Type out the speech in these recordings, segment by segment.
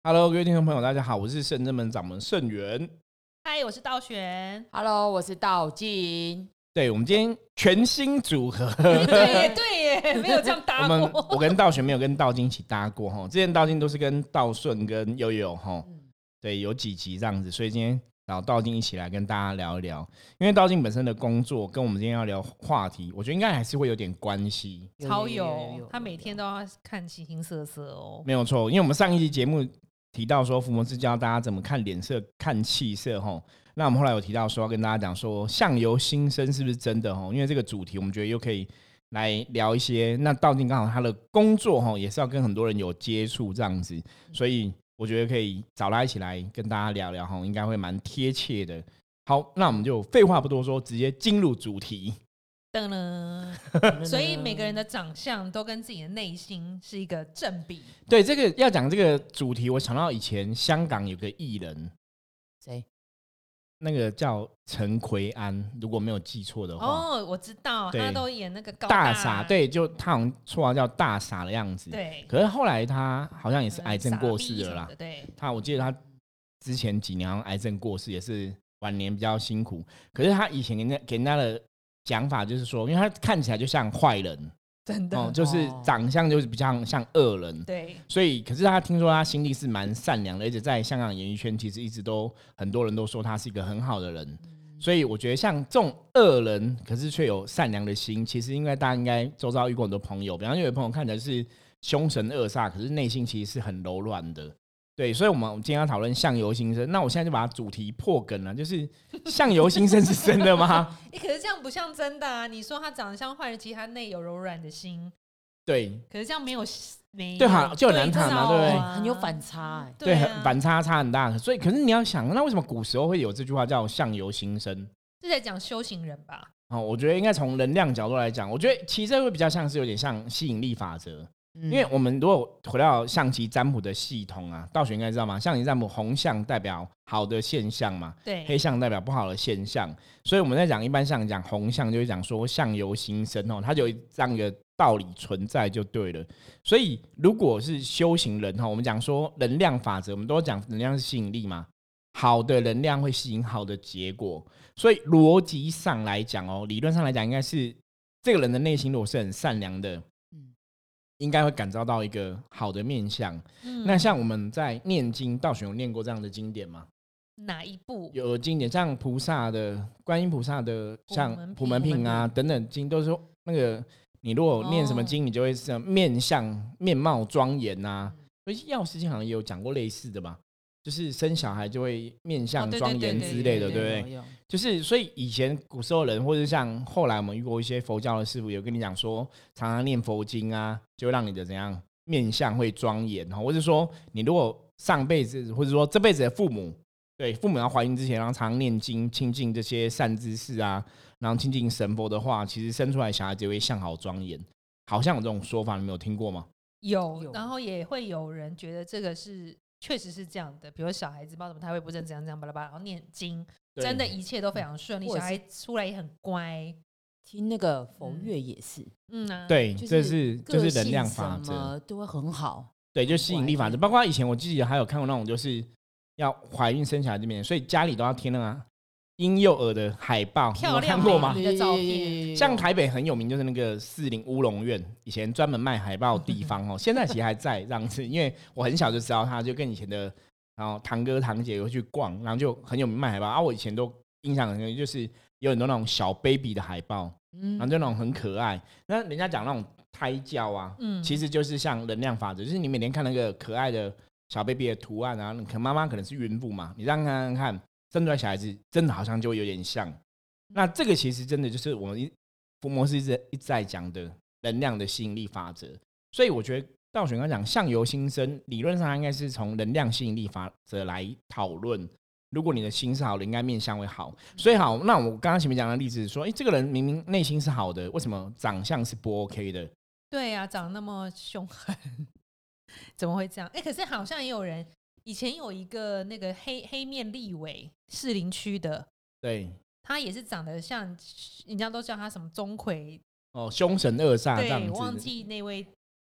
Hello，各位听众朋友，大家好，我是圣真门掌门圣元。 嗨，我是道玄。 Hello，我是道静。 对，我们今天全新组合， 对耶，没有这样搭过。 我跟道玄没有跟道静一起搭过哈，之前道静都是跟道顺跟悠悠哈，对，有几集这样子，所以今天找道静一起来跟大家聊一聊，因为道静本身的工作跟我们今天要聊话题，我觉得应该还是会有点关系。 超有，他每天都要看形形色色哦。 没有错，因为我们上一集节目提到说伏魔师教大家怎么看脸色、看气色齁。那我们后来有提到说要跟大家讲说相由心生是不是真的齁？因为这个主题我们觉得又可以来聊一些。那道静刚好他的工作齁也是要跟很多人有接触这样子，所以我觉得可以找他一起来跟大家聊聊齁，应该会蛮贴切的。好，那我们就废话不多说，直接进入主题。 噔所以每个人的长相都跟自己的内心是一个正比。 对，这个要讲这个主题，我想到以前香港有个艺人， 谁？ 那个叫陈奎安，如果没有记错的话。 哦，我知道，他都演那个大傻，对，就他好像绰号叫大傻的样子。 对。 可是后来他好像也是癌症过世了啦。 对。 我记得他之前几年好像癌症过世，也是晚年比较辛苦。可是他以前给人家的讲法就是说，因为他看起来就像坏人。 真的就是长相就是比较像恶人， 对， 所以可是他听说他心地是蛮善良的，而且在香港演艺圈其实一直都很多人都说他是一个很好的人，所以我觉得像这种恶人可是却有善良的心，其实大家应该周遭遇过很多朋友，比方说有朋友看起来是凶神恶煞，可是内心其实是很柔软的。对，所以我们今天要讨论相由心生，那我现在就把主题破梗了，就是相由心生是真的吗？ 可是这样不像真的啊！你说他长得像坏人，其实他内有柔软的心。 对， 可是这样没有对，好就很难谈嘛，对不对？ 很有反差， 对，反差很大。所以，可是你要想，那为什么古时候会有这句话叫相由心生？ 是在讲修行人吧？ 我觉得应该从能量角度来讲，我觉得其实会比较像是有点像吸引力法则。因为我们如果回到象棋占卜的系统啊，道玄应该知道吗？象棋占卜红象代表好的现象嘛， 对， 黑象代表不好的现象。所以我们在讲一般上讲红象，就会讲说相由心生哦，它就有这样一个道理存在就对了。所以如果是修行人我们讲说能量法则，我们都讲能量是吸引力嘛，好的能量会吸引好的结果。所以逻辑上来讲理论上来讲，应该是这个人的内心如果是很善良的。应该会感召到一个好的面向。那像我们在念经，道玄有念过这样的经典吗？ 哪一部？ 有经典，像菩萨的观音菩萨的，像普门品啊等等经，都是说那个你如果念什么经，你就会是面貌庄严啊。药师经好像也有讲过类似的吧。就是生小孩就会面相庄严之类的，对不对？就是所以以前古时候人，或者像后来我们遇过一些佛教的师傅，有跟你讲说，常常念佛经啊，就会让你的怎样面相会庄严，或者说你如果上辈子或者说这辈子的父母，对父母要怀孕之前，然后常常念经亲近这些善知识啊，然后亲近神佛的话，其实生出来小孩就会相好庄严，好像有这种说法，你们有听过吗？ 有，然后也会有人觉得这个是。确实是这样的，比如小孩子不知道怎么胎位不正，怎样巴拉巴拉，然后念经，真的一切都非常顺利，小孩出来也很乖。 听那个佛乐也是， 对，这是能量法则， 都会很好。 对，就吸引力法则。包括以前我记得还有看过那种，就是要怀孕生小孩这边，所以家里都要贴那个婴幼儿的海报， 漂亮看过吗？ 的照片， 像台北很有名就是那个士林乌龙院，以前专门卖海报的地方现在其实还在这样子。因为我很小就知道他，就跟以前的然后堂哥堂姐会去逛，然后就很有名卖海报我以前都印象很深，就是有很多那种小 baby 的海报，然后就那种很可爱。那人家讲那种胎教啊，其实就是像能量法则，就是你每天看那个可爱的小 baby 的图案啊，可能妈妈可能是孕妇嘛，你这样看生出来小孩子真的好像就有点像。那这个其实真的就是我们伏魔师一直在讲的能量的吸引力法则。所以我觉得道玄刚讲相由心生，理论上应该是从能量吸引力法则来讨论。如果你的心是好的，应该面相会好。所以好，那我刚刚前面讲的例子是说，这个人明明内心是好的，为什么长相是不 OK 的？ 对啊，长那么凶狠，怎么会这样？可是好像也有人。以前有一个那个黑面立委，士林区的， 对， 他也是长得像，人家都叫他什么钟馗凶神恶煞这样子。 对，忘记那位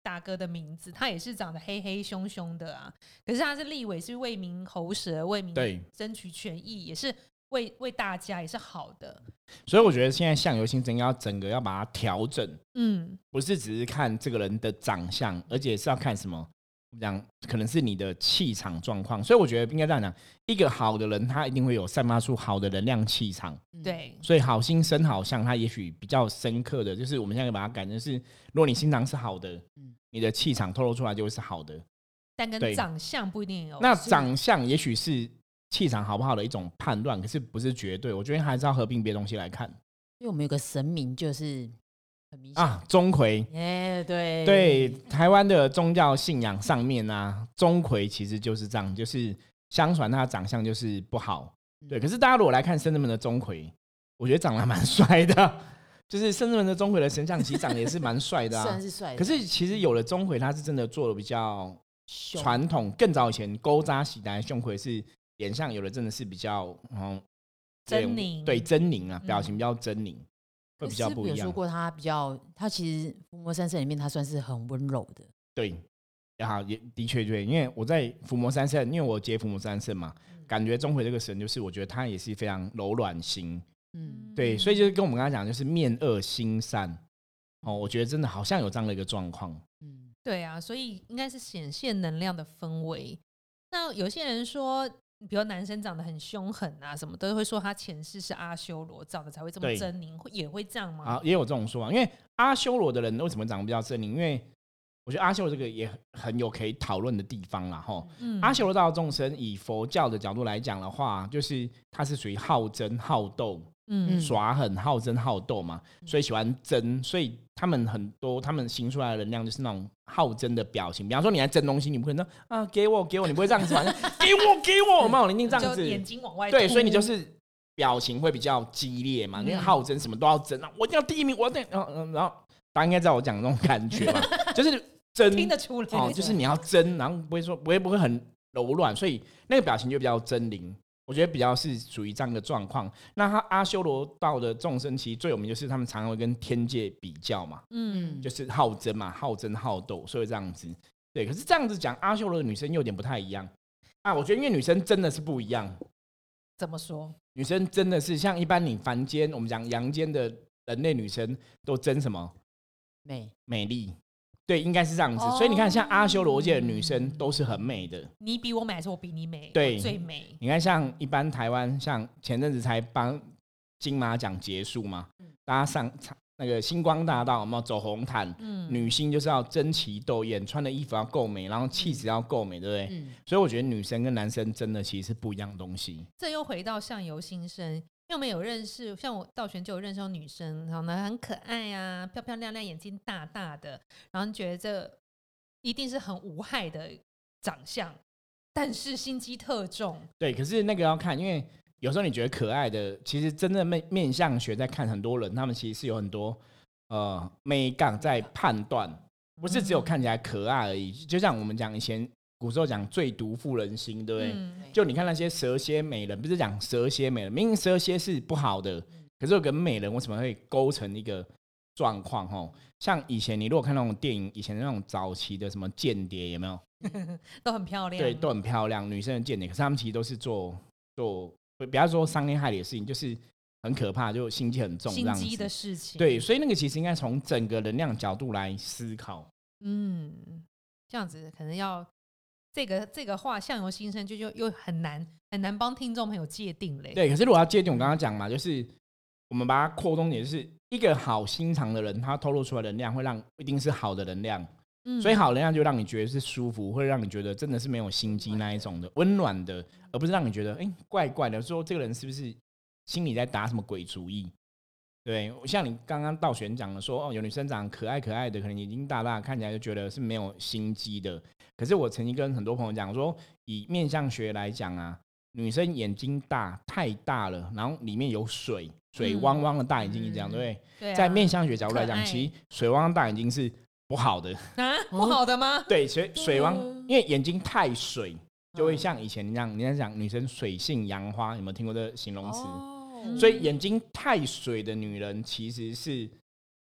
大哥的名字，他也是长得黑黑凶凶的啊，可是他是立委，是为民喉舌，为民争取权益，也是为大家，也是好的。 所以我觉得现在相由心生要整个要把它调整，不是只是看这个人的长相，而且是要看什么，讲可能是你的气场状况。所以我觉得应该这样讲，一个好的人他一定会有散发出好的能量气场， 对， 所以好心生好相，他也许比较深刻的就是我们现在把它改成是，如果你心肠是好的，你的气场透露出来就会是好的， 但跟长相不一定有。 那长相也许是气场好不好的一种判断，可是不是绝对，我觉得还是要合并别的东西来看。 因为我们有个神明就是很明显啊，钟馗，对，台湾的宗教信仰上面啊，钟馗其实就是这样，就是相传他的长相就是不好，对。可是大家如果来看圣人们的钟馗，我觉得长得蛮帅的，就是圣人们的钟馗的神像其实长得也是蛮帅的啊， 虽然是帅的， 可是其实有的钟馗他是真的做的比较传统，更早以前勾扎喜来钟馗是脸上有的真的是比较狰狞， 对，狰狞啊，表情比较狰狞，会比较不一样。 有说过他其实伏魔三圣里面他算是很温柔的， 对，也的确对，因为我在伏魔三圣，因为我接伏魔三圣嘛，感觉钟馗这个神就是我觉得他也是非常柔软心，对，所以就是跟我们刚才讲，就是面恶心善，我觉得真的好像有这样的一个状况， 对啊，所以应该是显现能量的氛围。那有些人说，比如男生长得很凶狠啊，什么都会说他前世是阿修罗造的，才会这么狰狞，也会这样吗？ 啊，也有这种说法，因为阿修罗的人为什么长得比较狰狞？因为我觉得阿修罗这个也很有可以讨论的地方啦，阿修罗道众生以佛教的角度来讲的话，就是他是属于好争好斗。耍狠好争好斗嘛，所以喜欢争，所以他们很多他们行出来的能量就是那种好争的表情。比方说你来争东西，你不可能说啊给我，你不会这样子嘛？给我，没有，你一定这样子， 眼睛往外对，所以你就是表情会比较激烈嘛，因为好争什么都要争啊，我一定要第一名，我要然后大家应该知道我讲的那种感觉吧，就是争听得出来， 就是你要争，然后不会很柔软，所以那个表情就比较狰狞。我觉得比较是属于这样的状况。那他阿修罗道的众生，其实最有名就是他们常常会跟天界比较嘛，就是好争嘛，好争好斗，所以这样子。对，可是这样子讲，阿修罗的女生有点不太一样啊。我觉得因为女生真的是不一样。 怎么说？ 女生真的是像一般你凡间我们讲阳间的人类女生都争什么？美丽。对，应该是这样子。所以你看，像阿修罗界的女生都是很美的。 你比我美还是我比你美？ 对， 我最美。 你看，像一般台湾，像前阵子才帮金马奖结束嘛，大家上那个星光大道，有没有走红毯？女星就是要争奇斗艳，穿的衣服要够美，然后气质要够美，对不对？所以我觉得女生跟男生真的其实是不一样的东西。 这又回到相由心生。因为我们有认识，像我道玄就有认识女生，然后呢很可爱啊，漂漂亮亮，眼睛大大的，然后觉得这一定是很无害的长相，但是心机特重。 对，可是那个要看，因为有时候你觉得可爱的，其实真的面相学在看很多人，他们其实是有很多美感在判断，不是只有看起来可爱而已。就像我们讲以前古时候讲最毒妇人心，对不对？就你看那些蛇蝎美人，不是讲蛇蝎美人，明明蛇蝎是不好的，可是有个美人为什么会勾成一个状况？像以前你如果看那种电影，以前那种早期的什么间谍，有没有？ 都很漂亮， 对，都很漂亮，女生的间谍，可是他们其实都是做，不要说伤天害理的事情，就是很可怕，就心机很重， 心机的事情。 对，所以那个其实应该从整个能量角度来思考。 这样子可能要。这个话相由心生就又很难帮听众朋友界定嘞。 对，可是如果要界定，我刚刚讲嘛，就是我们把它扩充点，就是一个好心肠的人，他透露出来的能量会让一定是好的能量，所以好能量就让你觉得是舒服，会让你觉得真的是没有心机那一种的温暖的，而不是让你觉得怪怪的，说这个人是不是心里在打什么鬼主意？对，像你刚刚道玄讲的说，有女生长可爱可爱的，可能眼睛大大，看起来就觉得是没有心机的。可是我曾经跟很多朋友讲说，以面相学来讲啊，女生眼睛大太大了，然后里面有水汪汪的大眼睛，这样对不对？ 对啊， 在面相学角度来讲，其实水汪汪大眼睛是不好的啊，不好的吗？ 对，水汪，因为眼睛太水，就会像以前一样，你在讲女生水性杨花，有没有听过这形容词？所以眼睛太水的女人其实是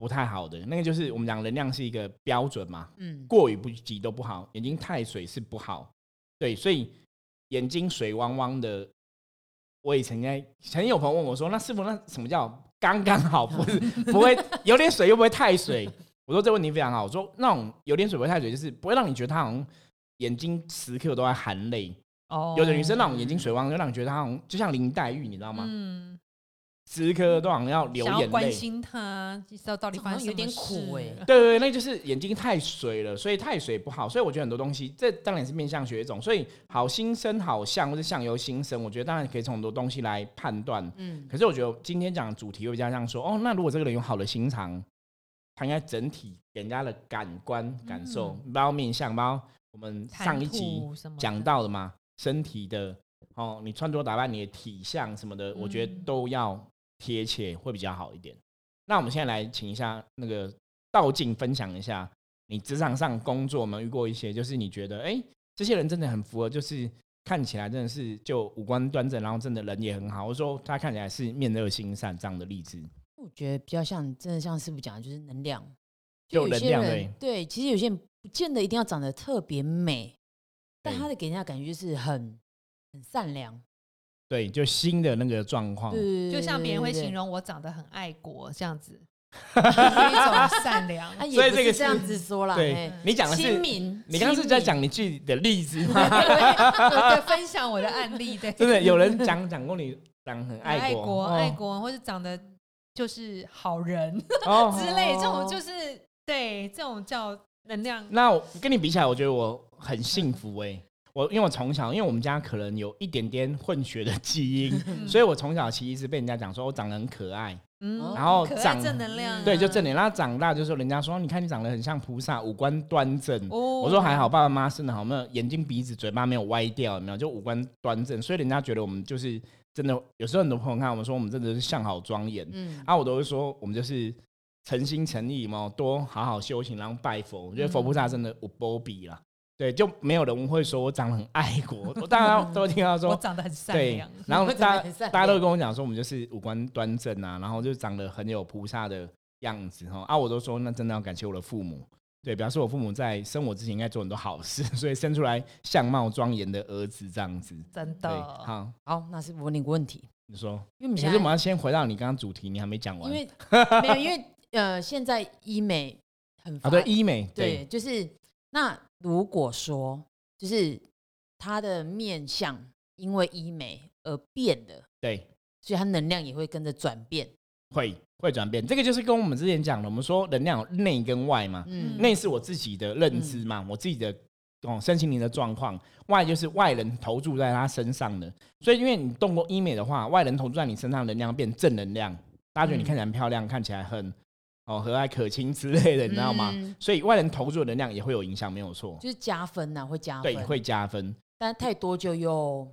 不太好的。那个就是我们讲能量是一个标准嘛，过于不及都不好，眼睛太水是不好。对，所以眼睛水汪汪的，我也曾经有朋友问我说，那师傅那什么叫刚刚好？不会有点水又不会太水？我说这问题非常好。我说那种有点水不会太水，就是不会让你觉得他好像眼睛时刻都在含泪。有的女生那种眼睛水汪，就让你觉得她好像就像林黛玉，你知道吗？时刻都好像要流眼泪， 想要关心她，知道到底发生什么事， 有点苦对，那就是眼睛太水了，所以太水不好。所以我觉得很多东西，这当然是面相学一种。所以好心生好相，或是相由心生，我觉得当然可以从很多东西来判断。可是我觉得今天讲的主题会比较像说，那如果这个人有好的心肠，他应该整体给人家的感官感受，包括面相，包括我们上一集讲到的嘛。身体的你穿着打扮，你的体相什么的，我觉得都要贴切，会比较好一点。那我们现在来请一下那个道静分享一下，你职场上工作有没有遇过一些，就是你觉得这些人真的很符合，就是看起来真的是就五官端正，然后真的人也很好，或者说他看起来是面热心善这样的例子。 我觉得比较像，真的像师傅讲的，就是能量， 有能量。 对，其实有些人不见得一定要长得特别美。但他的给人家感觉就是很善良， 对，就新的那个状况， 就像别人会形容我长得很爱国这样子，有一种善良。 所以这个这样子说啦， 对，你讲的是亲民， 你刚刚是在讲你自己的例子吗？ 对，分享我的案例。对， 真的有人讲过你长得很爱国，或者长得就是好人之类，这种就是对，这种叫能量。 那我跟你比起来，我觉得我很幸福因为我从小，因为我们家可能有一点点混血的基因，所以我从小其实一直被人家讲说我长得很可爱，然后可爱正能量， 对，就正能量。然后长大就说人家说你看你长得很像菩萨，五官端正。我说还好，爸爸妈妈生得好，没有眼睛鼻子嘴巴没有歪掉，有没有就五官端正，所以人家觉得我们就是真的。有时候很多朋友看我们说我们真的是相好庄严，我都会说我们就是诚心诚意嘛，多好好修行，然后拜佛。我觉得佛菩萨真的无波比啦。对，就没有人会说我长得很爱国，我大家都听到说我长得很善良， 然后大家都跟我讲说我们就是五官端正啊，然后就长得很有菩萨的样子我都说那真的要感谢我的父母，对，表示我父母在生我之前应该做很多好事，所以生出来相貌庄严的儿子这样子， 真的。 好，那是我问你个问题， 你说， 因为可是我们要先回到你刚刚主题，你还没讲完， 因为现在医美很发对，医美对，就是那如果说就是他的面相因为医美而变了， 对， 所以他能量也会跟着转变， 会转变。这个就是跟我们之前讲的，我们说能量有内跟外嘛，内是我自己的认知嘛，我自己的身心灵的状况，外就是外人投注在他身上的。所以因为你动过医美的话，外人投注在你身上的能量变正能量，大家觉得你看起来很漂亮，看起来很和蔼可亲之类的，你知道吗？所以外人投注的能量也会有影响，没有错， 就是加分会加分， 对，会加分， 但太多就又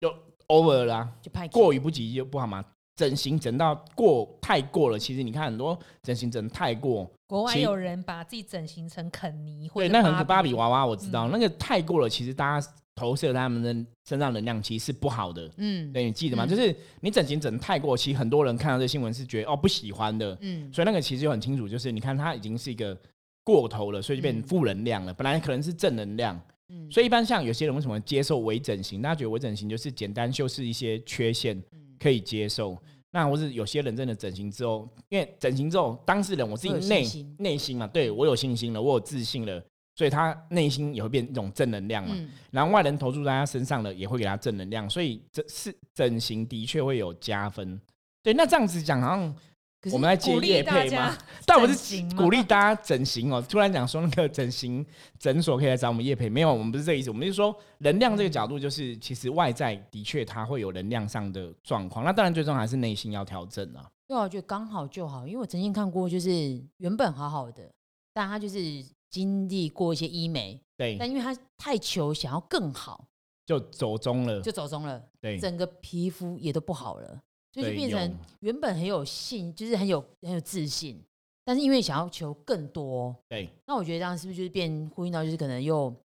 over 啦， 就派过于不及就不好嘛。整形整到太过了，其实你看很多整形整太过， 国外有人把自己整形成肯尼或者对，那很芭比娃娃我知道，那个太过了，其实大家投射他们的身上能量其实是不好的。对，你记得吗？就是你整形整太过，其实很多人看到这新闻是觉得不喜欢的。所以那个其实就很清楚，就是你看它已经是一个过头了，所以就变成负能量了。本来可能是正能量。所以一般像有些人为什么接受微整形，大家觉得微整形就是简单修饰一些缺陷，可以接受。那或是有些人真的整形之后，因为整形之后当事人我自己内心嘛，对，我有信心了，我有自信了，所以他内心也会变一种正能量嘛。然后外人投注在他身上了，也会给他正能量，所以整形的确会有加分。对，那这样子讲好像我们在接业配嘛，但我是鼓励大家整形突然讲说那个整形诊所可以来找我们业配，没有，我们不是这个意思，我们是说能量这个角度，就是其实外在的确它会有能量上的状况，那当然最终还是内心要调整啊。 对啊，我觉得刚好就好，因为我曾经看过，就是原本好好的，但他就是经历过一些医美， 对， 但因为他太求想要更好， 就走中了， 对，整个皮肤也都不好了。所以就变成原本很有就是很有自信，但是因为想要求更多， 对， 那我觉得这样是不是就是变呼应到就是可能又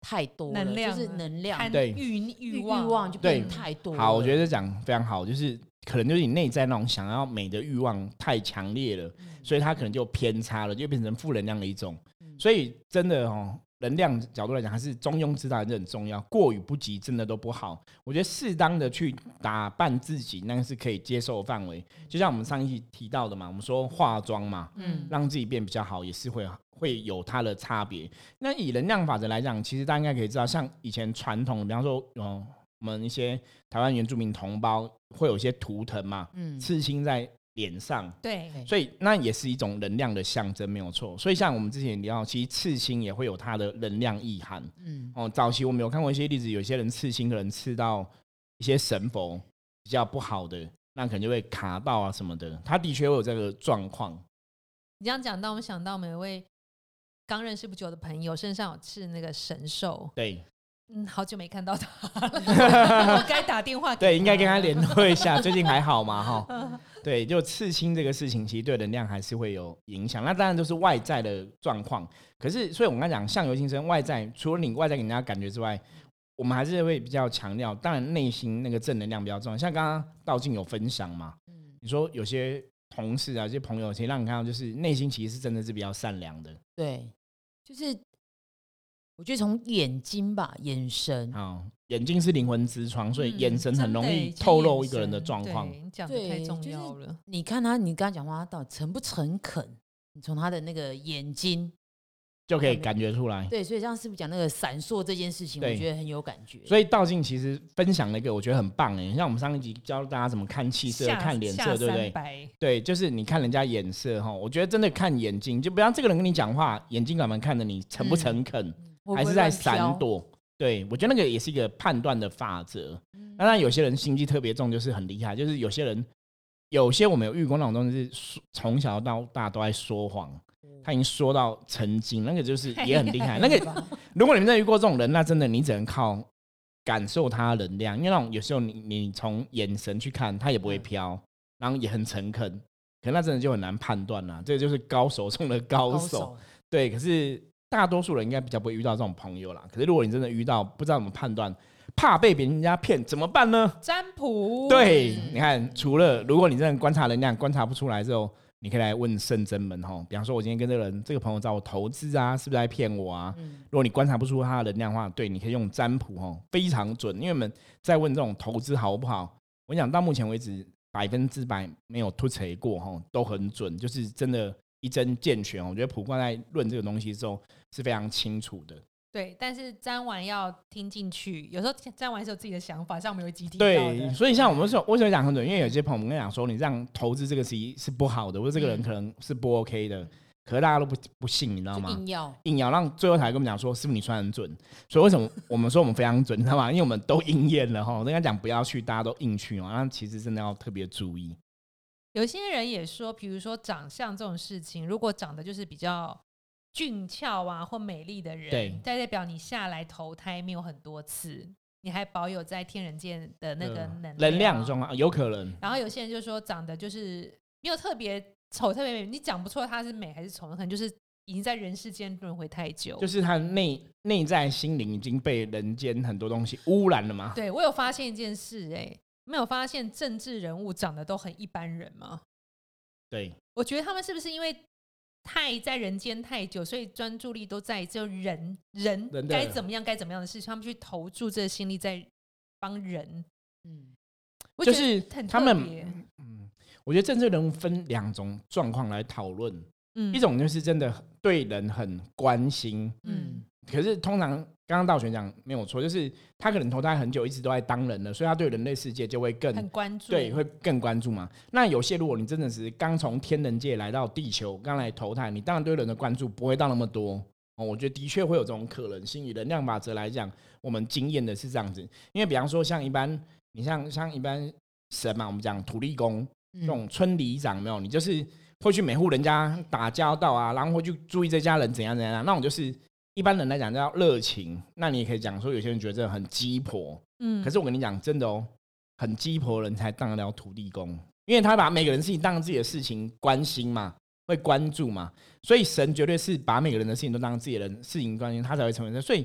太多了， 能量就是能量贪对欲望就变太多了。 好，我觉得讲非常好，就是可能就是你内在那种想要美的欲望太强烈了，所以它可能就偏差了，就变成负能量的一种。所以真的能量角度来讲，还是中庸之道还是很重要，过与不及真的都不好。我觉得适当的去打扮自己，那个是可以接受的范围。就像我们上一期提到的嘛，我们说化妆嘛，让自己变比较好，也是会有它的差别。那以能量法则来讲，其实大家应该可以知道，像以前传统，比方说我们一些台湾原住民同胞会有一些图腾嘛，刺青在脸上， 对， 所以那也是一种能量的象征，没有错。所以像我们之前聊，其实刺青也会有它的能量意涵。早期我们有看过一些例子，有些人刺青可能刺到一些神佛比较不好的，那可能就会卡到啊什么的，他的确会有这个状况。 你这样讲到，我们想到我们有位刚认识不久的朋友身上有刺那个神兽， 对， 好久没看到他了，我该打电话给他。 对，应该跟他联络一下，最近还好吗？哈，对，就刺青这个事情，其实对能量还是会有影响。那当然都是外在的状况，可是所以我们刚才讲相由心生，外在除了你外在给人家感觉之外，我们还是会比较强调，当然内心那个正能量比较重要。像刚刚道静有分享嘛，你说有些同事啊，有些朋友，其实让你看到就是内心其实是真的是比较善良的。 对，就是我觉得从眼睛吧，眼神眼睛是灵魂之窗，所以眼神很容易透露一个人的状况。 你讲的太重要了。 你看他，你跟他讲话，他到底诚不诚恳？你从他的那个眼睛就可以感觉出来。 对，所以像师傅讲那个闪烁这件事情，我觉得很有感觉。 所以道静其实分享了一个我觉得很棒像我们上一集教大家怎么看气色、看脸色，对不对？对，就是你看人家眼色我觉得真的看眼睛，就不像这个人跟你讲话，眼睛干嘛看着你诚不诚恳，还是在闪躲。对，我觉得那个也是一个判断的法则。当然有些人心机特别重，就是很厉害，就是有些我们有遇过那种东西是从小到大都在说谎，他已经说到成精，那个就是也很厉害。那个如果你们真的遇过这种人，那真的你只能靠感受他的能量，因为那种有时候你从眼神去看他也不会飘，然后也很诚恳，可那真的就很难判断啦。这个就是高手中的高手。对，可是大多数人应该比较不会遇到这种朋友啦。可是如果你真的遇到，不知道怎么判断，怕被别人家骗怎么办呢？ 占卜。 对，你看，除了如果你真的观察能量观察不出来之后，你可以来问圣真们比方说我今天跟这个朋友找我投资啊，是不是在骗我啊？如果你观察不出他的能量的话，对，你可以用占卜非常准。因为我们在问这种投资好不好，我讲到目前为止100%没有突锤过都很准，就是真的一针见血。我觉得卜卦在论这个东西的时候是非常清楚的。 对，但是占完要听进去，有时候占完还是有自己的想法，像我们有集体到的。 对，所以像我们为什么讲很准？因为有些朋友跟你讲说，你这样投资这个是不好的，或者这个人可能是不 OK 的，可是大家都不信，你知道吗？硬要让最后才跟我们讲说，师傅你算很准。所以为什么我们说我们非常准，你知道吗？因为我们都应验了人家讲不要去，大家都硬去那其实真的要特别注意。 有些人也说，比如说长相这种事情，如果长得就是比较俊俏啊或美丽的人，代表你下来投胎没有很多次，你还保有在天人界的那个能量中有可能。 然后有些人就说长得就是没有特别丑特别美，你讲不出他是美还是丑，可能就是已经在人世间轮回太久， 就是他内在心灵已经被人间很多东西污染了嘛。 对，我有发现一件事没有发现政治人物长得都很一般人吗？ 对， 我觉得他们是不是因为太在人间太久，所以专注力都在就人该怎么样的事情，他们去投注这个心力在帮人。 就是他们我觉得政治人物分2种状况来讨论。一种就是真的对人很关心，可是通常刚刚道玄讲没有错，就是他可能投胎很久，一直都在当人了，所以他对人类世界就会很关注， 对，会更关注嘛。那有些如果你真的是刚从天人界来到地球，刚来投胎，你当然对人的关注不会到那么多我觉得的确会有这种可能性。以能量法则来讲，我们经验的是这样子，因为比方说像一般你像一般神嘛，我们讲土地公这种村里长，有没有？你就是会去每户人家打交道啊，然后会去注意这家人怎样，那种就是一般人来讲叫热情。那你也可以讲说有些人觉得这很鸡婆，可是我跟你讲真的很鸡婆的人才当得了土地公，因为他把每个人事情当成自己的事情关心嘛，会关注嘛，所以神绝对是把每个人的事情都当自己的事情关心，他才会成为神。所以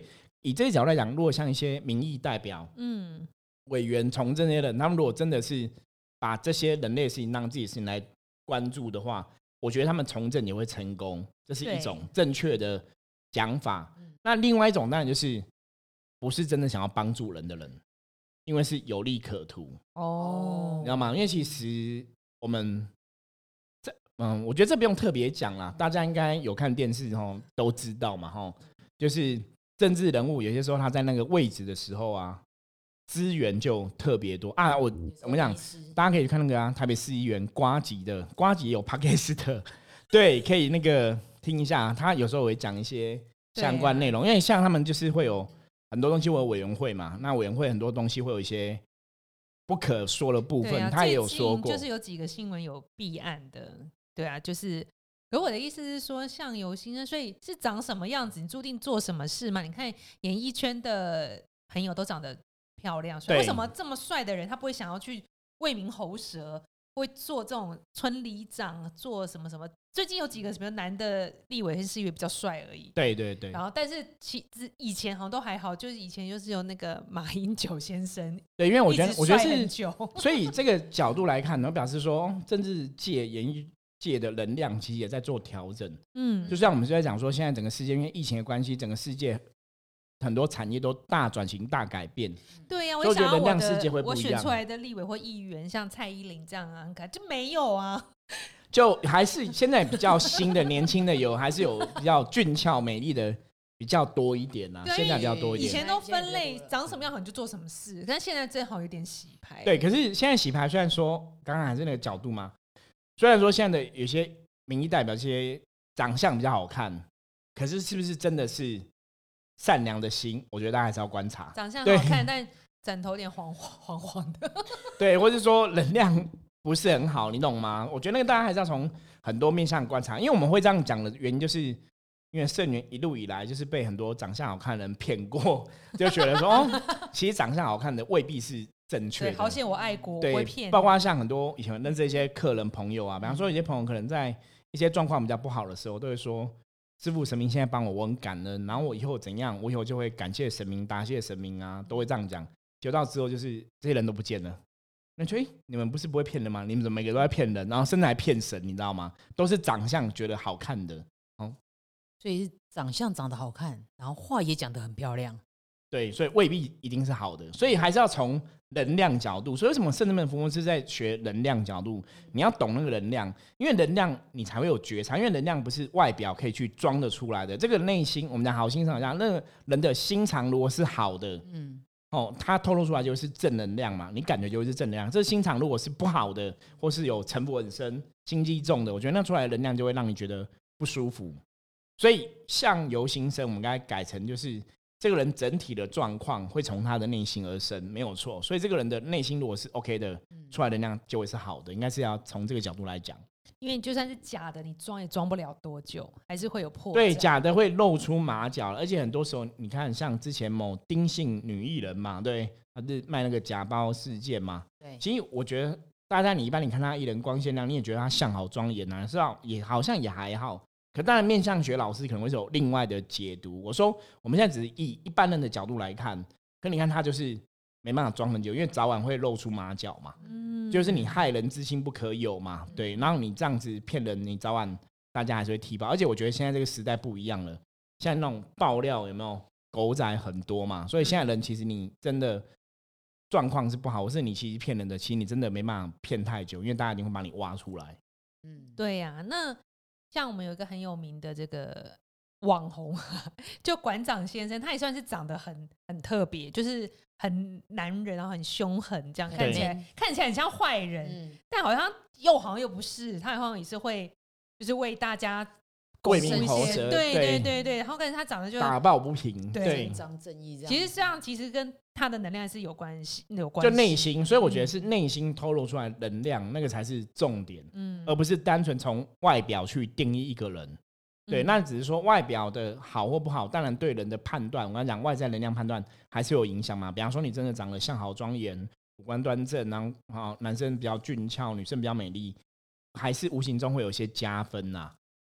以这个角度来讲，如果像一些民意代表、委员、从政这些人，他们如果真的是把这些人类的事情当自己的事情来关注的话，我觉得他们从政也会成功，这是一种正确的讲法。那另外一种当然就是不是真的想要帮助人的人，因为是有利可图你知道吗？因为其实我们我觉得这不用特别讲啦，大家应该有看电视都知道嘛，就是政治人物有些时候他在那个位置的时候啊，资源就特别多啊。我怎么讲？大家可以去看那个台北市议员呱吉也有 Podcast 的，对，可以那个听一下。他有时候会讲一些相关内容，因为像他们就是会有很多东西会有委员会嘛，那委员会很多东西会有一些不可说的部分，他也有说过， 就是有几个新闻有弊案的，对啊，就是。可我的意思是说，相由心生，所以是长什么样子，你注定做什么事嘛？你看演艺圈的朋友都长得漂亮，所以为什么这么帅的人他不会想要去为民喉舌，会做这种村里长，做什么什么？最近有几个什么男的立委是因为比较帅而已， 对对对。 然后但是以前好像都还好，就是以前就是有那个马英九先生， 对，因为我觉得是， 久所以这个角度来看，表示说政治界、演艺界的能量其实也在做调整。就像我们就在讲说，现在整个世界因为疫情的关系，整个世界很多产业都大转型、大改变。 对呀， 我觉得能量世界会不一样。 我选出来的立委或议员，像蔡依林这样啊，就没有啊。 就还是现在比较新的、年轻的还是有比较俊俏、美丽的比较多一点啊。现在比较多一点。 以前都分类长什么样好你就做什么事，但现在正好有点洗牌。 对，可是现在洗牌虽然说刚刚还是那个角度嘛。虽然说现在的有些民意代表这些长相比较好看，可是是不是真的是善良的心？我觉得大家还是要观察。 长相好看，但枕头有点黄黄的。对， 或是说能量不是很好，你懂吗？我觉得那个大家还是要从很多面向观察，因为我们会这样讲的原因，就是因为盛元一路以来就是被很多长相好看的人骗过，就觉得说其实长相好看的未必是正确的。 好险我爱国，我不会骗。 包括像很多以前认识一些客人朋友啊，比方说有些朋友可能在一些状况比较不好的时候，都会说：“师父神明现在帮我很感恩，然后我以后怎样，我以后就会感谢神明、答谢神明啊，都会这样讲。”结果到之后就是这些人都不见了。那觉得你们不是不会骗人吗？你们怎么每个都在骗人，然后甚至还骗神，你知道吗？都是长相觉得好看的， 所以是长相长得好看，然后话也讲得很漂亮。 对，所以未必一定是好的，所以还是要从能量角度。所以为什么圣人们服务是在学能量角度？你要懂那个能量，因为能量你才会有觉察，因为能量不是外表可以去装得出来的。这个内心，我们讲好心肠讲，那个人的心肠如果是好的，它透露出来就是正能量嘛，你感觉就会是正能量。这心肠如果是不好的，或是有城府很深、心机重的，我觉得那出来的能量就会让你觉得不舒服。所以相由心生，我们刚才改成就是这个人整体的状况会从他的内心而生，没有错。所以这个人的内心如果是 OK 的，出来的能量就会是好的，应该是要从这个角度来讲。 因为就算是假的，你装也装不了多久，还是会有破绽。 对，假的会露出马脚，而且很多时候你看，像之前某丁姓女艺人嘛，对，她是卖那个假包事件嘛。 对， 其实我觉得大家你看她艺人光鲜亮，你也觉得她相好庄严啊，是啊，也好像也还好。可当然，面相学老师可能会有另外的解读。我说我们现在只是以一般人的角度来看，可你看他就是没办法装很久，因为早晚会露出马脚嘛。就是你害人之心不可有嘛，对。然后你这样子骗人，你早晚大家还是会踢爆。而且我觉得现在这个时代不一样了，现在那种爆料有没有狗仔很多嘛，所以现在人其实你真的状况是不好，或是你其实骗人的，其实你真的没办法骗太久，因为大家一定会把你挖出来。 对呀，那。像我们有一个很有名的这个网红，就馆长先生，他也算是长得很特别，就是很男人，然后很凶狠，这样看起来很像坏人，但好像又不是，他好像也是会就是为大家为民喉舌， 对，然后跟他长得就打抱不平，对， 正张正义这样。 其实这样其实跟他的能量是有关系， 就内心，所以我觉得是内心透露出来的能量，那个才是重点，而不是单纯从外表去定义一个人。对，那只是说外表的好或不好，当然对人的判断，我刚才讲外在能量判断还是有影响嘛。比方说你真的长得相好庄严，五官端正，然后男生比较俊俏，女生比较美丽，还是无形中会有一些加分呐。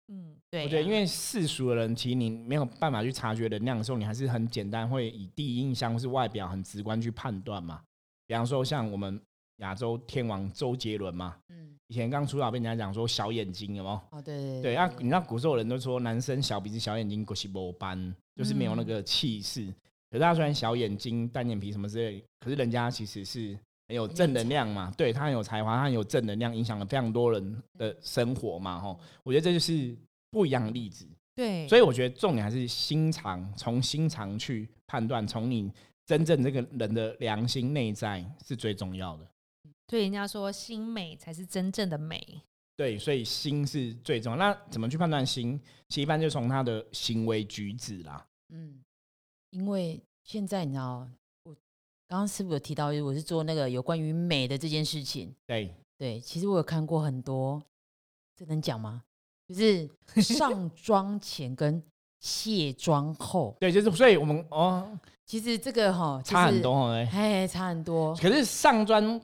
对、 我觉得因为世俗的人，其实你没有办法去察觉能量的时候，你还是很简单会以第一印象或是外表很直观去判断嘛。比方说像我们亚洲天王周杰伦嘛，以前刚出道被人家讲说小眼睛有没有？ 哦，对对啊，你知道古时候人都说男生小鼻子小眼睛就是没班，就是没有那个气势。可是他虽然小眼睛单眼皮什么之类，可是人家其实是很有正能量嘛，对，他很有才华，他很有正能量，影响了非常多人的生活嘛，我觉得这就是不一样的例子。 对， 所以我觉得重点还是心肠，从心肠去判断，从你真正这个人的良心内在是最重要的。 对，人家说心美才是真正的美。 对，所以心是最重要。那怎么去判断心？其实一般就从他的行为举止啦。 因为现在你知道，我刚刚师傅有提到，我是做那个有关于美的这件事情。对，其实我有看过很多，这能讲吗？就是上妆前跟卸妆后。 对，就是所以我们其实这个差很多差很多。 可是上妆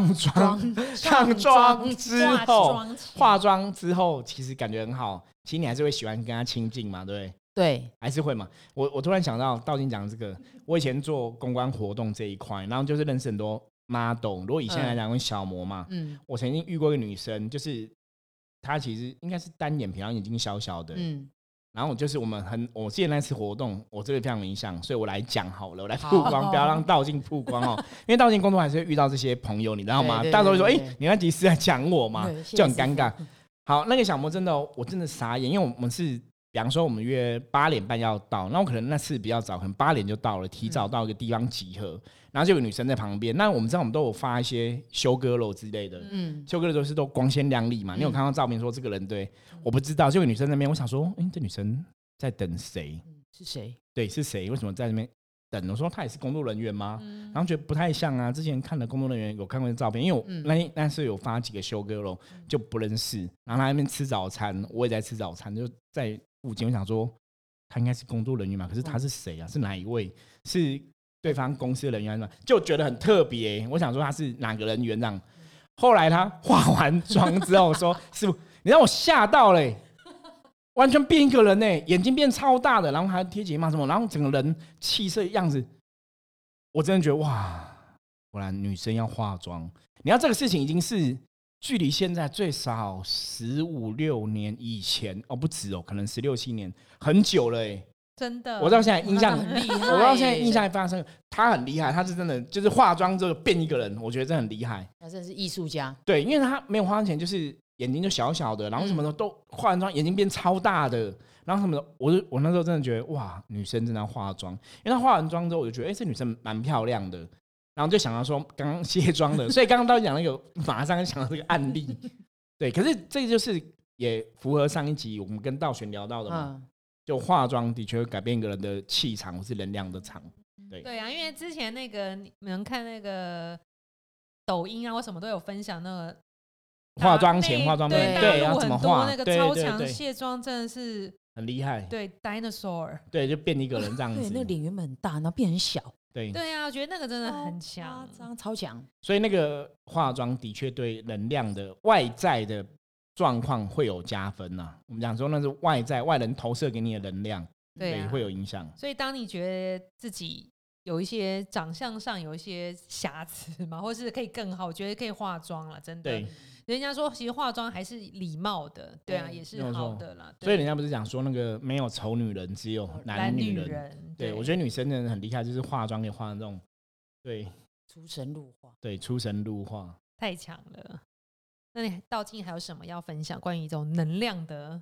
之后，化妆之后，其实感觉很好。其实你还是会喜欢跟他亲近嘛，对不对？ 对， 还是会嘛。我突然想到道金讲这个，我以前做公关活动这一块，然后就是认识很多 model。如果以现在来讲，用小模嘛，我曾经遇过一个女生，就是她其实应该是单眼皮，然后眼睛小小的，然后就是我记得那次活动，我这个非常有印象，所以我来讲好了，我来曝光，不要让道静曝光哦，因为道静工作还是会遇到这些朋友，你知道吗？大家都会说，你那集是在讲我吗？就很尴尬。好，那个小模真的，我真的傻眼，因为我们是。比方说我们约8点半要到，那我可能那次比较早，可能8点就到了，提早到一个地方集合，然后就有女生在旁边。那我们知道我们都有发一些修割肉之类的，修割肉都是都光鲜亮丽嘛。你有看到照片说这个人对？我不知道，就有女生在那边，我想说，这女生在等谁？ 是谁？ 对，是谁？为什么在那边等？我说她也是工作人员吗？然后觉得不太像啊。之前看的工作人员有看过照片，因为我那时候有发几个修割肉，就不认识。然后他在那边吃早餐，我也在吃早餐，就在。我想说他应该是工作人员嘛，可是他是谁啊？是哪一位？是对方公司的人员吗？就觉得很特别。我想说他是哪个人员这样。后来他化完妆之后说：“师傅，你让我吓到了，完全变一个人呢，眼睛变超大的，然后还贴睫毛什么，然后整个人气色样子，我真的觉得哇，果然女生要化妆。你要这个事情已经是。”距离现在最少15、16年以前不止可能16、17年，很久了真的， 我到现在印象很厉害， 我到现在印象还非常深刻。他很厉害，他是真的就是化妆之后变一个人，我觉得这很厉害。 他真的是艺术家。对， 因为他没有化妆前就是眼睛就小小的，然后什么都化完妆眼睛变超大的，然后什么的，我那时候真的觉得哇，女生真的要化妆，因为她化完妆之后我就觉得这女生蛮漂亮的。然后就想到说刚刚卸妆的，所以刚刚到底讲那个，马上就想到这个案例。对，可是这就是也符合上一集我们跟道玄聊到的嘛，就化妆的确会改变一个人的气场或是能量的场。 对啊，因为之前那个你们看那个抖音啊，或什么都有分享那个化妆前、化妆对要怎么化， 那个超强卸妆真的是很厉害。 对 ，dinosaur， 对，就变一个人这样子。 对，那个脸原本很大，然后变很小。 对啊，我觉得那个真的很强， 超强。 所以那个化妆的确对能量的外在的状况会有加分呐。我们讲说那是外人投射给你的能量，对，会有影响。 所以当你觉得自己有一些长相上有一些瑕疵嘛，或是可以更好，我觉得可以化妆了，真的。 对。 人家说，其实化妆还是礼貌的，对啊，也是好的啦。 所以人家不是讲说那个没有丑女人，只有男女人。对，我觉得女生真的很厉害，就是化妆可以化那种，对， 出神入化。 对，出神入化， 太强了。那你道静还有什么要分享关于这种能量的？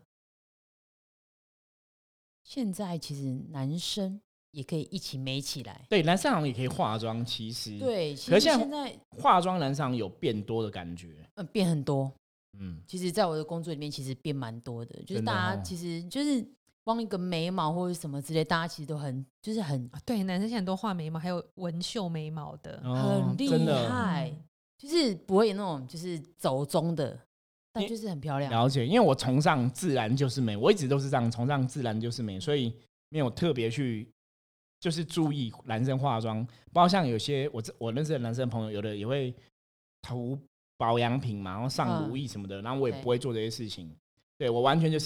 现在其实男生也可以一起美起来。 对，男生好像也可以化妆，其实对， 可是现在化妆男生有变多的感觉， 变很多。其实在我的工作里面，其实变蛮多的，就是大家其实就是光一个眉毛或者什么之类，大家其实都很就是很对，男生现在都画眉毛，还有纹绣眉毛的， 很厉害，就是不会有那种就是走中的。但就是很漂亮。 了解，因为我崇尚自然就是美，我一直都是这样崇尚自然就是美，所以没有特别去就是注意男生化妆。包括像有些我认识的男生朋友，有的也会涂保养品嘛，然后上乳液什么的，然后我也不会做这些事情。对，我完全就是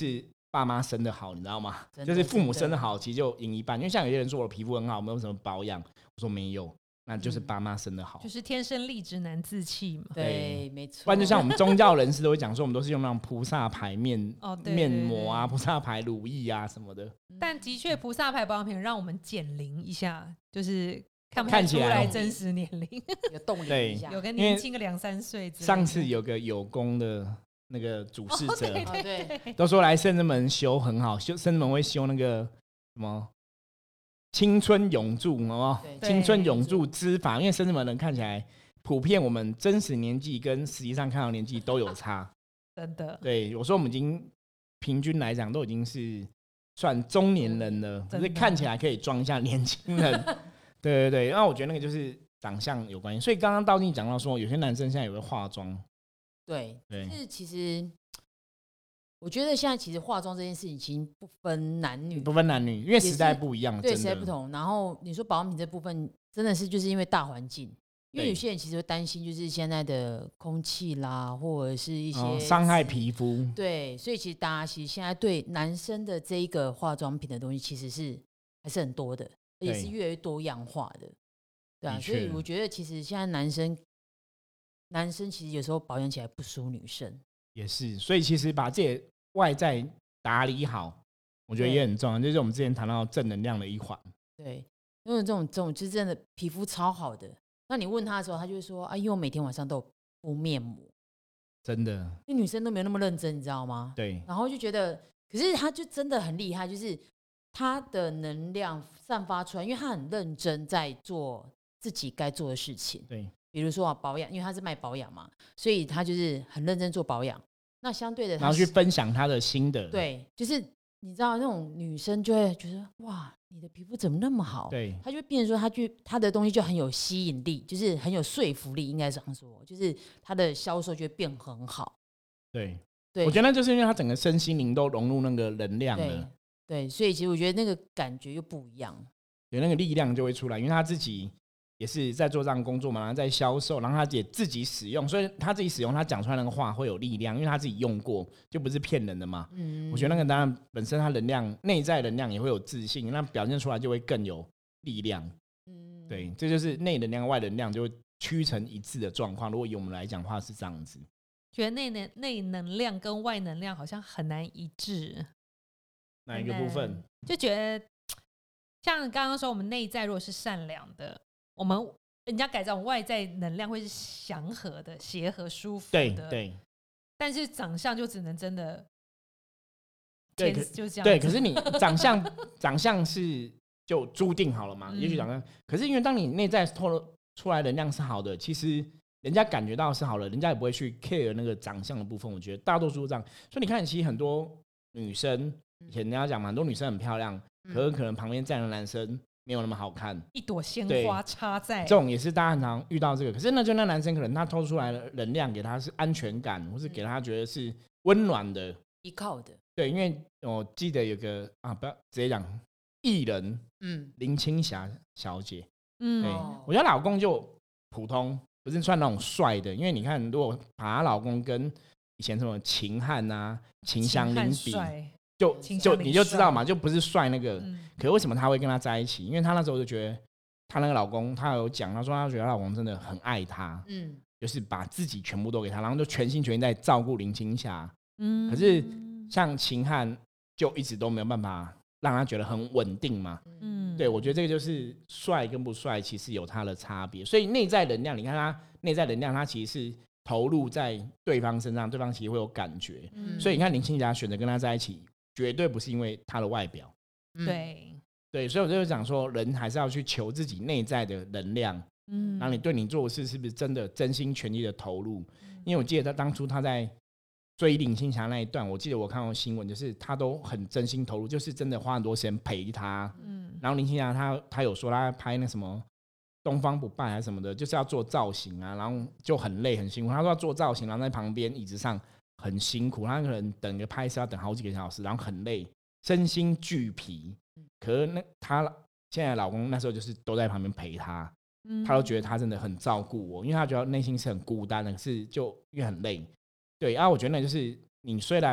爸妈生的好，你知道吗？就是父母生的好，其实就赢一半。因为像有些人说我的皮肤很好，没有什么保养，我说没有，那就是爸妈生的好， 就是天生丽质难自弃嘛。 对，没错。 不然就像我们宗教人士都会讲说，我们都是用那种菩萨牌面膜啊、菩萨牌乳液啊什么的。 但的确，菩萨牌保养品让我们减龄一下，就是看起来真实年龄， 有动力一下， 有个年轻个2-3岁。 上次有个有功的那个主事者， 对， 都说来圣之门修很好，圣之门会修那个什么青春永驻，好不好？青春永驻之法，因为圣之门人看起来普遍我们真实年纪跟实际上看到年纪都有差， 真的。 对，我说我们已经平均来讲都已经是算中年人了，可是看起来可以装一下年轻人。对对对，那我觉得那个就是长相有关系。所以刚刚道静讲到说，有些男生现在也会化妆。 对，就是其实我觉得现在其实化妆这件事情其实不分男女，因为时代不一样， 对，时代不同。然后你说保养品这部分真的是就是因为大环境，因为有些人其实会担心就是现在的空气啦，或者是一些伤害皮肤。 对，所以其实大家其实现在对男生的这一个化妆品的东西其实是还是很多的，而且是越来越多样化的。对啊，所以我觉得其实现在男生其实有时候保养起来不输女生，也是，所以其实把自己的外在打理好，我觉得也很重要，就是我们之前谈到正能量的一环。 对，因为这种就是真的皮肤超好的，那你问他的时候，他就会说啊，因为我每天晚上都有敷面膜， 真的， 因为女生都没有那么认真，你知道吗？ 对， 然后就觉得，可是他就真的很厉害，就是他的能量散发出来，因为他很认真在做自己该做的事情。 对。 比如说保养，因为他是卖保养嘛，所以他就是很认真做保养。那相对的， 然后去分享他的心得。 对，就是你知道那种女生就会觉得哇，你的皮肤怎么那么好？ 对， 他就会变成说，他的东西就很有吸引力，就是很有说服力，应该这样说，就是他的销售就会变很好。 对，我觉得那就是因为他整个身心灵都融入那个能量了。 对，所以其实我觉得那个感觉又不一样， 有那个力量就会出来，因为他自己也是在做这样工作嘛，然后在销售，然后他也自己使用，所以他自己使用，他讲出来那个话会有力量，因为他自己用过，就不是骗人的嘛。我觉得那个当然本身他能量内在能量也会有自信，那表现出来就会更有力量。对，这就是内能量外能量就会趋成一致的状况。如果以我们来讲的话是这样子， 觉得内能量跟外能量好像很难一致。 哪一个部分？ 就觉得像刚刚说，我们内在如果是善良的，我们人家改造我们外在能量会是祥和的、协和、舒服的。 对。 但是长相就只能真的， 对， 就这样。 对，可是你长相是就注定好了嘛？也许长相，可是因为当你内在透露出来能量是好的，其实人家感觉到是好的，人家也不会去 care 那个长相的部分。我觉得大多数这样，所以你看，其实很多女生以前人家讲嘛，很多女生很漂亮，可能旁边站的男生没有那么好看， 一朵鲜花插在这种也是大家很常遇到这个。可是那就那男生可能他透出来的能量给他是安全感，或是给他觉得是温暖的、 依靠的。 对，因为我记得有个不要直接讲艺人，林青霞小姐，对，我觉得老公就普通，不是算那种帅的。因为你看，如果把她老公跟以前什么秦汉啊、秦祥林比，就你就知道嘛，就不是帅那个。可为什么他会跟他在一起？因为他那时候就觉得他那个老公，他有讲，他说他觉得他老公真的很爱他，就是把自己全部都给他，然后就全心全意在照顾林青霞。可是像秦汉就一直都没有办法让他觉得很稳定嘛。对，我觉得这个就是帅跟不帅其实有他的差别。所以内在能量，你看他内在能量，他其实是投入在对方身上，对方其实会有感觉。所以你看林青霞选择跟他在一起，绝对不是因为他的外表。对，所以我就讲说，人还是要去求自己内在的能量。然后你对你做的事是不是真的真心全意的投入？因为我记得他当初他在追林青霞那一段，我记得我看到新闻，就是他都很真心投入，就是真的花很多时间陪他。然后林青霞他有说他拍那什么东方不败还是什么的，就是要做造型啊，然后就很累很辛苦。他说要做造型，然后在旁边椅子上很辛苦，他可能等个拍摄要等好几个小时，然后很累，身心俱疲。可是他现在老公那时候就是都在旁边陪他，他都觉得他真的很照顾我，因为他觉得内心是很孤单的，可是就因为很累。对啊，我觉得那就是你虽然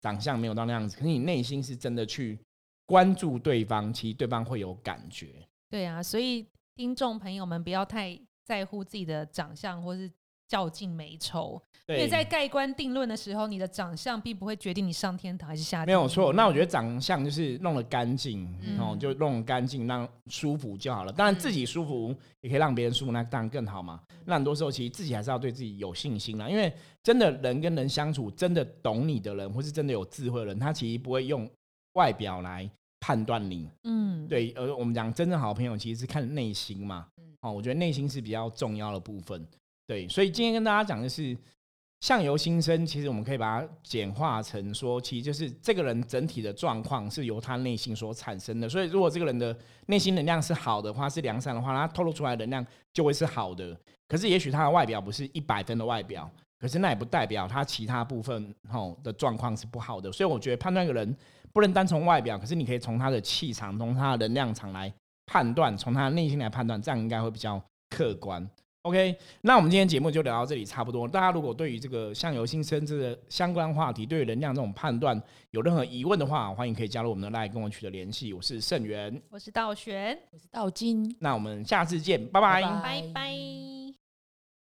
长相没有到那样子，可是你内心是真的去关注对方，其实对方会有感觉。 对啊，所以听众朋友们不要太在乎自己的长相或是较劲美丑，因为在盖棺定论的时候，你的长相并不会决定你上天堂还是下天堂。 没有错。那我觉得长相就是弄得干净，就弄得干净，让舒服就好了。当然自己舒服也可以让别人舒服，那当然更好嘛。那很多时候其实自己还是要对自己有信心啦，因为真的人跟人相处，真的懂你的人，或是真的有智慧的人，他其实不会用外表来判断你。对。我们讲真正好的朋友其实是看内心嘛。我觉得内心是比较重要的部分。对，所以今天跟大家讲的是相由心生，其实我们可以把它简化成说，其实就是这个人整体的状况是由他内心所产生的。所以如果这个人的内心能量是好的话，是良善的话，他透露出来的能量就会是好的。可是也许他的外表不是100分的外表，可是那也不代表他其他部分的状况是不好的。所以我觉得判断一个人不能单从外表，可是你可以从他的气场，从他的能量场来判断，从他的内心来判断，这样应该会比较客观。OK， 那我们今天节目就聊到这里差不多。大家如果对于这个相由心生这个相关话题，对于能量这种判断有任何疑问的话，欢迎可以加入我们的 LINE 跟我取得联系。我是盛元， 我是道玄， 我是道金。 那我们下次见，拜拜， 拜拜。